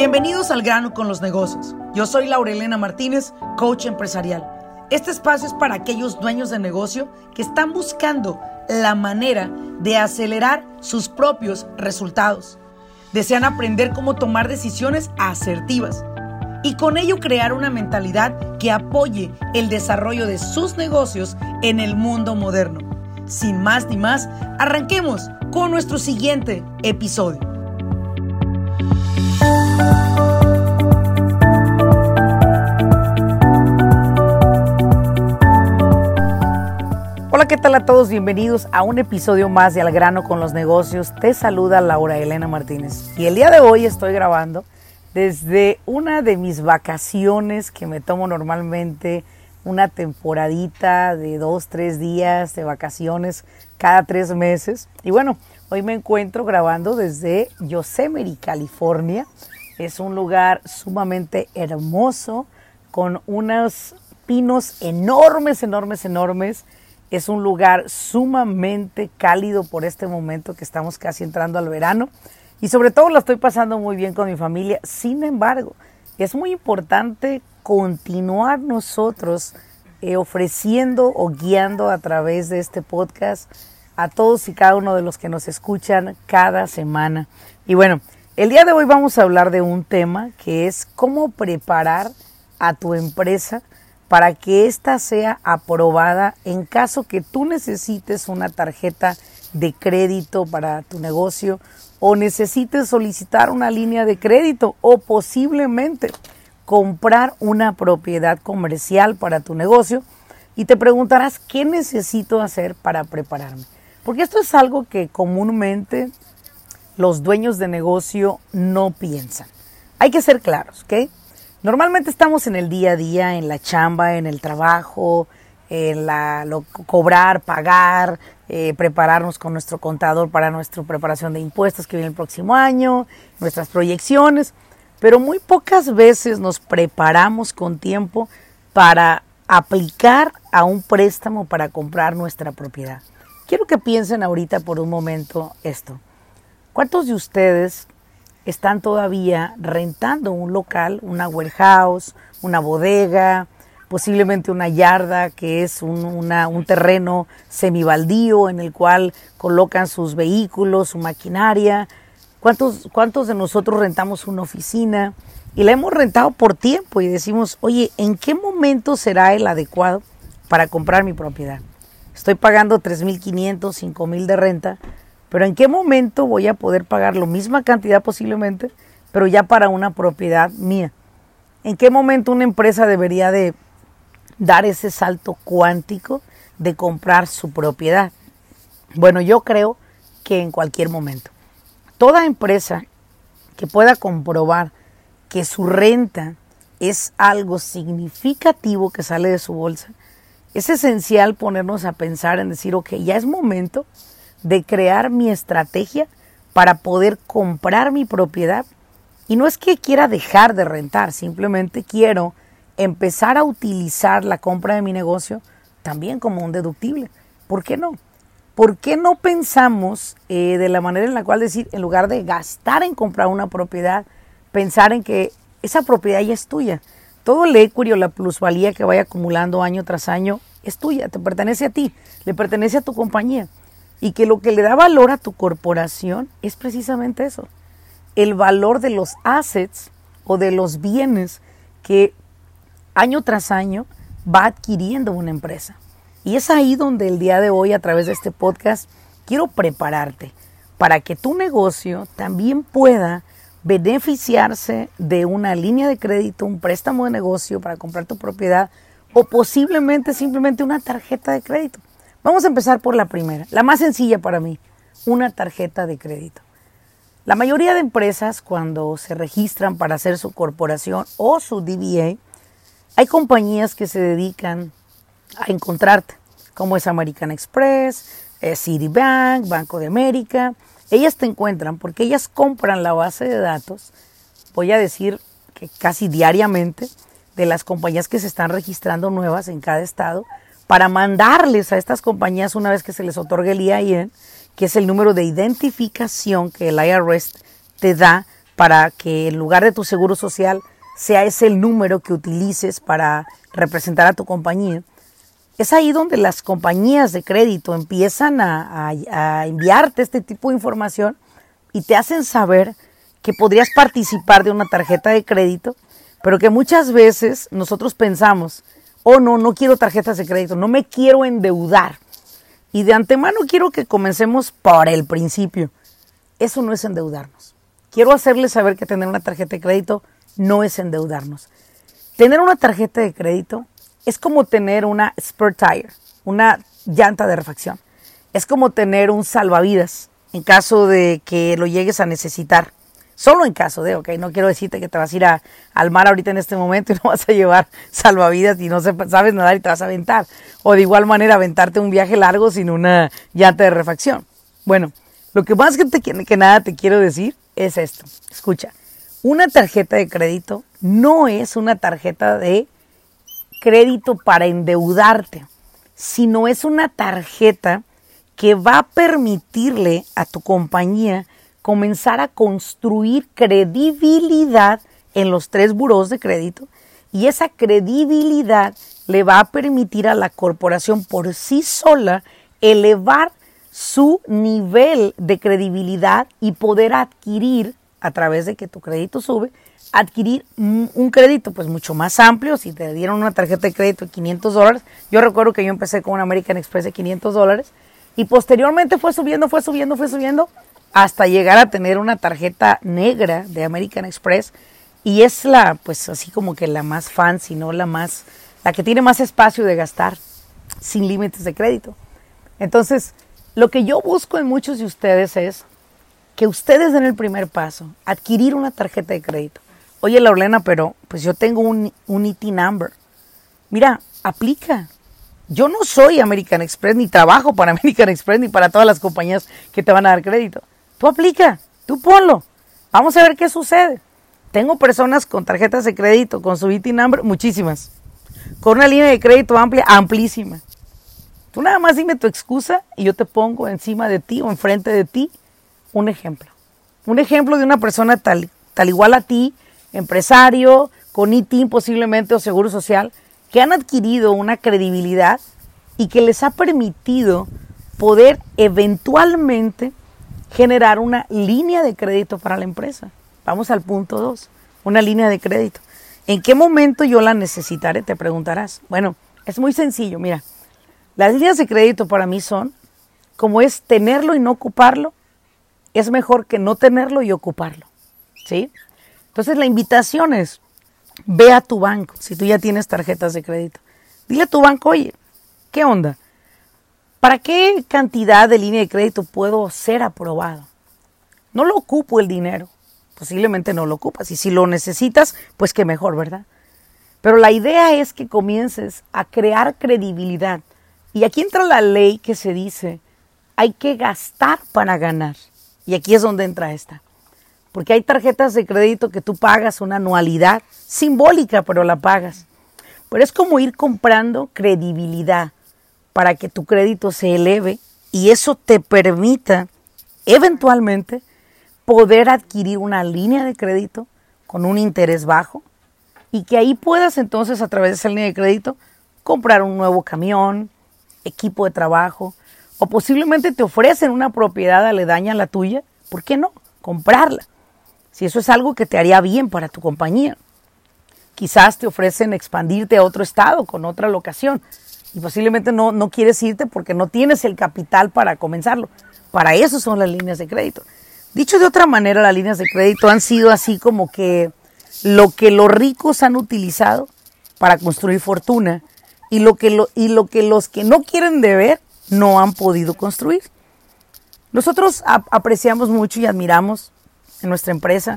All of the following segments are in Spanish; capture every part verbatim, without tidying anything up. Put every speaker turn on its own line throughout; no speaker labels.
Bienvenidos al grano con los negocios. Yo soy Laurelena Martínez, coach empresarial. Este espacio es para aquellos dueños de negocio que están buscando la manera de acelerar sus propios resultados. Desean aprender cómo tomar decisiones asertivas y con ello crear una mentalidad que apoye el desarrollo de sus negocios en el mundo moderno. Sin más ni más, arranquemos con nuestro siguiente episodio. Hola, ¿qué tal a todos? Bienvenidos a un episodio más de Al Grano con los Negocios. Te saluda Laurelena Martínez y el día de hoy estoy grabando desde una de mis vacaciones que me tomo normalmente, una temporadita de dos, tres días de vacaciones cada tres meses. Y bueno, hoy me encuentro grabando desde Yosemite, California. Es un lugar sumamente hermoso con unos pinos enormes, enormes, enormes. Es un lugar sumamente cálido por este momento que estamos casi entrando al verano. Y sobre todo lo estoy pasando muy bien con mi familia. Sin embargo, es muy importante continuar nosotros eh, ofreciendo o guiando a través de este podcast a todos y cada uno de los que nos escuchan cada semana. Y bueno, el día de hoy vamos a hablar de un tema que es cómo preparar a tu empresa para que ésta sea aprobada en caso que tú necesites una tarjeta de crédito para tu negocio o necesites solicitar una línea de crédito o posiblemente comprar una propiedad comercial para tu negocio y te preguntarás qué necesito hacer para prepararme. Porque esto es algo que comúnmente los dueños de negocio no piensan. Hay que ser claros, ¿ok? Normalmente estamos en el día a día, en la chamba, en el trabajo, en la, lo, cobrar, pagar, eh, prepararnos con nuestro contador para nuestra preparación de impuestos que viene el próximo año, nuestras proyecciones, pero muy pocas veces nos preparamos con tiempo para aplicar a un préstamo para comprar nuestra propiedad. Quiero que piensen ahorita por un momento esto. ¿Cuántos de ustedes están todavía rentando un local, una warehouse, una bodega, posiblemente una yarda que es un, una, un terreno semibaldío en el cual colocan sus vehículos, su maquinaria? ¿Cuántos, cuántos de nosotros rentamos una oficina y la hemos rentado por tiempo y decimos, oye, ¿en qué momento será el adecuado para comprar mi propiedad? Estoy pagando tres mil quinientos, cinco mil de renta, pero ¿en qué momento voy a poder pagar la misma cantidad posiblemente, pero ya para una propiedad mía? ¿En qué momento una empresa debería de dar ese salto cuántico de comprar su propiedad? Bueno, yo creo que en cualquier momento. Toda empresa que pueda comprobar que su renta es algo significativo que sale de su bolsa, es esencial ponernos a pensar en decir, ok, ya es momento de crear mi estrategia para poder comprar mi propiedad. Y no es que quiera dejar de rentar, simplemente quiero empezar a utilizar la compra de mi negocio también como un deductible. ¿Por qué no? ¿Por qué no pensamos eh, de la manera en la cual decir, en lugar de gastar en comprar una propiedad, pensar en que esa propiedad ya es tuya? Todo el equity o la plusvalía que vaya acumulando año tras año es tuya, te pertenece a ti, le pertenece a tu compañía. Y que lo que le da valor a tu corporación es precisamente eso, el valor de los assets o de los bienes que año tras año va adquiriendo una empresa. Y es ahí donde el día de hoy, a través de este podcast, quiero prepararte para que tu negocio también pueda beneficiarse de una línea de crédito, un préstamo de negocio para comprar tu propiedad o posiblemente simplemente una tarjeta de crédito. Vamos a empezar por la primera, la más sencilla para mí, una tarjeta de crédito. La mayoría de empresas cuando se registran para hacer su corporación o su D B A, hay compañías que se dedican a encontrarte, como es American Express, eh, Citibank, Banco de América. Ellas te encuentran porque ellas compran la base de datos, voy a decir que casi diariamente, de las compañías que se están registrando nuevas en cada estado, para mandarles a estas compañías una vez que se les otorgue el E I N, que es el número de identificación que el I R S te da para que en lugar de tu seguro social sea ese el número que utilices para representar a tu compañía, es ahí donde las compañías de crédito empiezan a, a, a enviarte este tipo de información y te hacen saber que podrías participar de una tarjeta de crédito, pero que muchas veces nosotros pensamos, oh no, no quiero tarjetas de crédito, no me quiero endeudar. Y de antemano quiero que comencemos por el principio. Eso no es endeudarnos. Quiero hacerles saber que tener una tarjeta de crédito no es endeudarnos. Tener una tarjeta de crédito es como tener una spare tire, una llanta de refacción. Es como tener un salvavidas en caso de que lo llegues a necesitar. Solo en caso de, ok, no quiero decirte que te vas a ir a, al mar ahorita en este momento y no vas a llevar salvavidas y no sabes nadar y te vas a aventar. O de igual manera aventarte un viaje largo sin una llanta de refacción. Bueno, lo que más que, te, que nada te quiero decir es esto. Escucha, una tarjeta de crédito no es una tarjeta de crédito para endeudarte, sino es una tarjeta que va a permitirle a tu compañía comenzar a construir credibilidad en los tres burós de crédito, y esa credibilidad le va a permitir a la corporación por sí sola elevar su nivel de credibilidad y poder adquirir, a través de que tu crédito sube, adquirir un crédito pues mucho más amplio. Si te dieron una tarjeta de crédito de quinientos dólares, yo recuerdo que yo empecé con una American Express de quinientos dólares y posteriormente fue subiendo, fue subiendo, fue subiendo hasta llegar a tener una tarjeta negra de American Express, y es la, pues así como que la más fancy, ¿no? La más, la que tiene más espacio de gastar sin límites de crédito. Entonces, lo que yo busco en muchos de ustedes es que ustedes den el primer paso, adquirir una tarjeta de crédito. Oye, Laurelena, pero pues yo tengo un, un I T number. Mira, aplica. Yo no soy American Express, ni trabajo para American Express, ni para todas las compañías que te van a dar crédito. Tú aplica, tú ponlo. Vamos a ver qué sucede. Tengo personas con tarjetas de crédito, con su I T number, muchísimas. Con una línea de crédito amplia, amplísima. Tú nada más dime tu excusa y yo te pongo encima de ti o enfrente de ti un ejemplo. Un ejemplo de una persona tal, tal igual a ti, empresario, con I T I N posiblemente o seguro social, que han adquirido una credibilidad y que les ha permitido poder eventualmente generar una línea de crédito para la empresa. Vamos al punto dos, una línea de crédito. ¿En qué momento yo la necesitaré? Te preguntarás. Bueno, es muy sencillo, mira. Las líneas de crédito para mí son, como es tenerlo y no ocuparlo, es mejor que no tenerlo y ocuparlo, ¿sí? Entonces la invitación es, ve a tu banco, si tú ya tienes tarjetas de crédito. Dile a tu banco, oye, ¿qué onda? ¿Para qué cantidad de línea de crédito puedo ser aprobado? No lo ocupo el dinero, posiblemente no lo ocupas. Y si lo necesitas, pues qué mejor, ¿verdad? Pero la idea es que comiences a crear credibilidad. Y aquí entra la ley que se dice, hay que gastar para ganar. Y aquí es donde entra esta. Porque hay tarjetas de crédito que tú pagas una anualidad simbólica, pero la pagas. Pero es como ir comprando credibilidad para que tu crédito se eleve y eso te permita eventualmente poder adquirir una línea de crédito con un interés bajo y que ahí puedas entonces a través de esa línea de crédito comprar un nuevo camión, equipo de trabajo, o posiblemente te ofrecen una propiedad aledaña a la tuya. ¿Por qué no? Comprarla. Si eso es algo que te haría bien para tu compañía. Quizás te ofrecen expandirte a otro estado con otra locación y posiblemente no, no quieres irte porque no tienes el capital para comenzarlo. Para eso son las líneas de crédito. Dicho de otra manera, las líneas de crédito han sido así como que lo que los ricos han utilizado para construir fortuna y lo que, lo, y lo que los que no quieren deber no han podido construir. Nosotros ap- apreciamos mucho y admiramos en nuestra empresa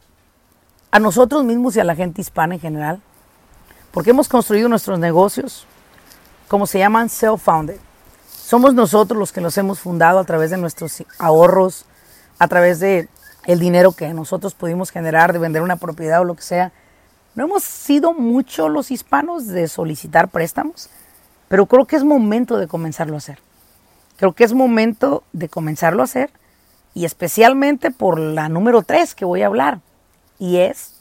a nosotros mismos y a la gente hispana en general, porque hemos construido nuestros negocios, como se llaman, self-founded. Somos nosotros los que los hemos fundado a través de nuestros ahorros, a través de el dinero que nosotros pudimos generar de vender una propiedad o lo que sea. No hemos sido mucho los hispanos de solicitar préstamos, pero creo que es momento de comenzarlo a hacer. Creo que es momento de comenzarlo a hacer y especialmente por la número tres que voy a hablar, y es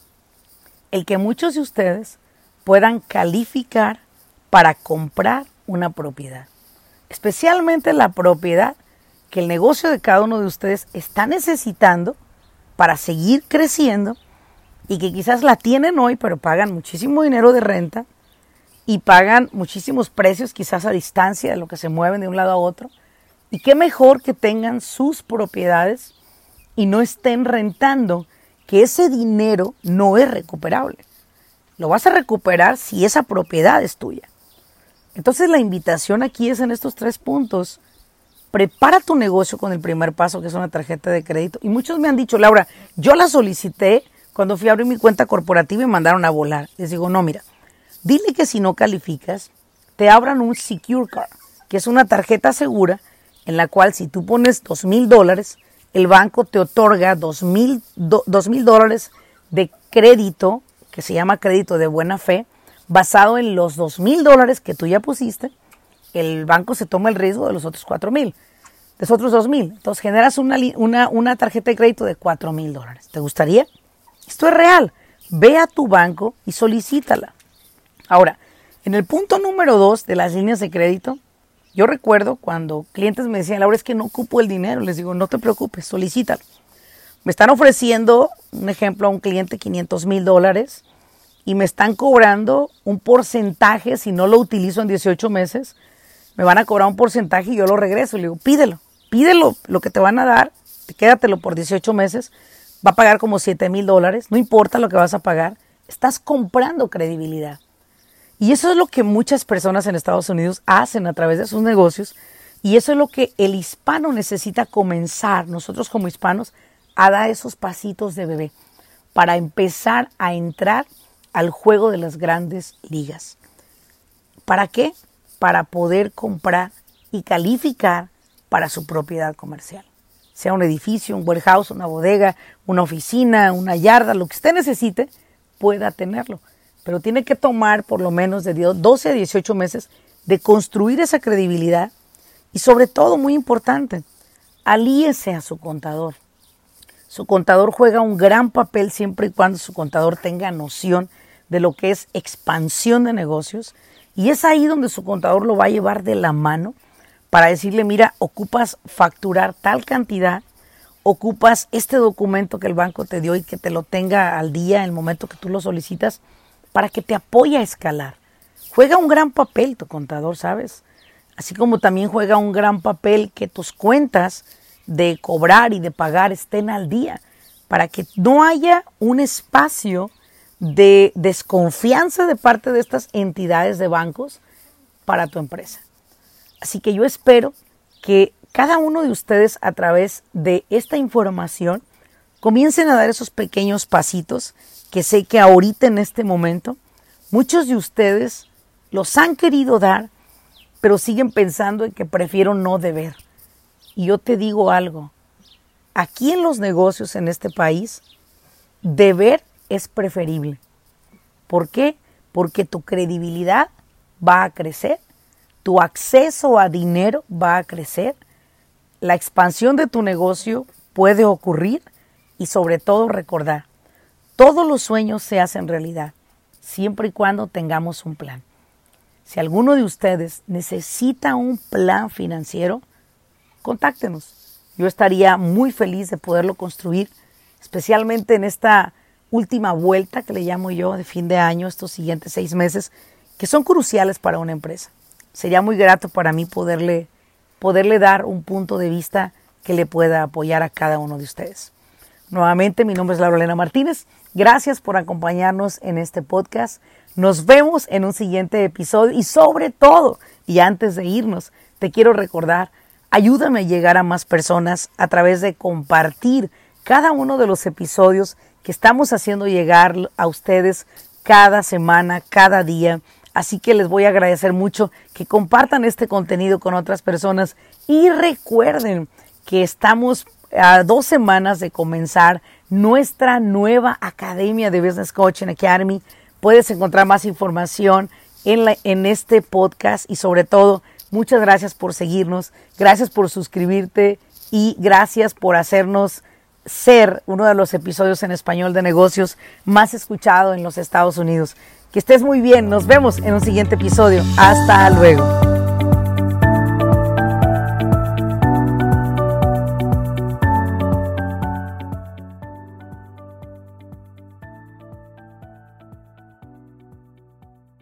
el que muchos de ustedes puedan calificar para comprar una propiedad, especialmente la propiedad que el negocio de cada uno de ustedes está necesitando para seguir creciendo y que quizás la tienen hoy, pero pagan muchísimo dinero de renta y pagan muchísimos precios quizás a distancia de lo que se mueven de un lado a otro. Y qué mejor que tengan sus propiedades y no estén rentando, que ese dinero no es recuperable. Lo vas a recuperar si esa propiedad es tuya. Entonces la invitación aquí es en estos tres puntos. Prepara tu negocio con el primer paso, que es una tarjeta de crédito. Y muchos me han dicho, Laura, yo la solicité cuando fui a abrir mi cuenta corporativa y me mandaron a volar. Les digo, no, mira, dile que si no calificas, te abran un Secure Card, que es una tarjeta segura en la cual si tú pones dos mil dólares, el banco te otorga dos mil dólares de crédito, que se llama crédito de buena fe, basado en los dos mil dólares que tú ya pusiste. El banco se toma el riesgo de los otros cuatro mil, de los otros dos mil. Entonces generas una, una, una tarjeta de crédito de cuatro mil dólares. ¿Te gustaría? Esto es real. Ve a tu banco y solicítala. Ahora, en el punto número dos de las líneas de crédito, yo recuerdo cuando clientes me decían, Laura, es que no ocupo el dinero. Les digo, no te preocupes, solicítalo. Me están ofreciendo, un ejemplo, a un cliente quinientos mil dólares y me están cobrando un porcentaje, si no lo utilizo en dieciocho meses, me van a cobrar un porcentaje y yo lo regreso. Le digo, pídelo, pídelo lo que te van a dar, quédatelo por dieciocho meses, va a pagar como siete mil dólares, no importa lo que vas a pagar, estás comprando credibilidad. Y eso es lo que muchas personas en Estados Unidos hacen a través de sus negocios y eso es lo que el hispano necesita comenzar, nosotros como hispanos, a dar esos pasitos de bebé para empezar a entrar al juego de las grandes ligas. ¿Para qué? Para poder comprar y calificar para su propiedad comercial. Sea un edificio, un warehouse, una bodega, una oficina, una yarda, lo que usted necesite, pueda tenerlo. Pero tiene que tomar por lo menos de doce a dieciocho meses de construir esa credibilidad y sobre todo, muy importante, alíese a su contador. Su contador juega un gran papel siempre y cuando su contador tenga noción de lo que es expansión de negocios. Y es ahí donde su contador lo va a llevar de la mano para decirle, mira, ocupas facturar tal cantidad, ocupas este documento que el banco te dio y que te lo tenga al día en el momento que tú lo solicitas para que te apoye a escalar. Juega un gran papel tu contador, ¿sabes? Así como también juega un gran papel que tus cuentas de cobrar y de pagar estén al día para que no haya un espacio de desconfianza de parte de estas entidades de bancos para tu empresa. Así que yo espero que cada uno de ustedes a través de esta información comiencen a dar esos pequeños pasitos que sé que ahorita en este momento muchos de ustedes los han querido dar, pero siguen pensando en que prefiero no deber. Y yo te digo algo, aquí en los negocios en este país, deber es preferible. ¿Por qué? Porque tu credibilidad va a crecer, tu acceso a dinero va a crecer, la expansión de tu negocio puede ocurrir y sobre todo recordar, todos los sueños se hacen realidad, siempre y cuando tengamos un plan. Si alguno de ustedes necesita un plan financiero, contáctenos. Yo estaría muy feliz de poderlo construir, especialmente en esta última vuelta que le llamo yo de fin de año, estos siguientes seis meses, que son cruciales para una empresa. Sería muy grato para mí poderle, poderle dar un punto de vista que le pueda apoyar a cada uno de ustedes. Nuevamente, mi nombre es Laura Elena Martínez. Gracias por acompañarnos en este podcast. Nos vemos en un siguiente episodio y sobre todo, y antes de irnos, te quiero recordar, ayúdame a llegar a más personas a través de compartir cada uno de los episodios que estamos haciendo llegar a ustedes cada semana, cada día. Así que les voy a agradecer mucho que compartan este contenido con otras personas y recuerden que estamos a dos semanas de comenzar nuestra nueva Academia de Business Coaching Academy. Puedes encontrar más información en, la, en este podcast y sobre todo, muchas gracias por seguirnos, gracias por suscribirte y gracias por hacernos ser uno de los episodios en español de negocios más escuchado en los Estados Unidos. Que estés muy bien, nos vemos en un siguiente episodio. Hasta luego.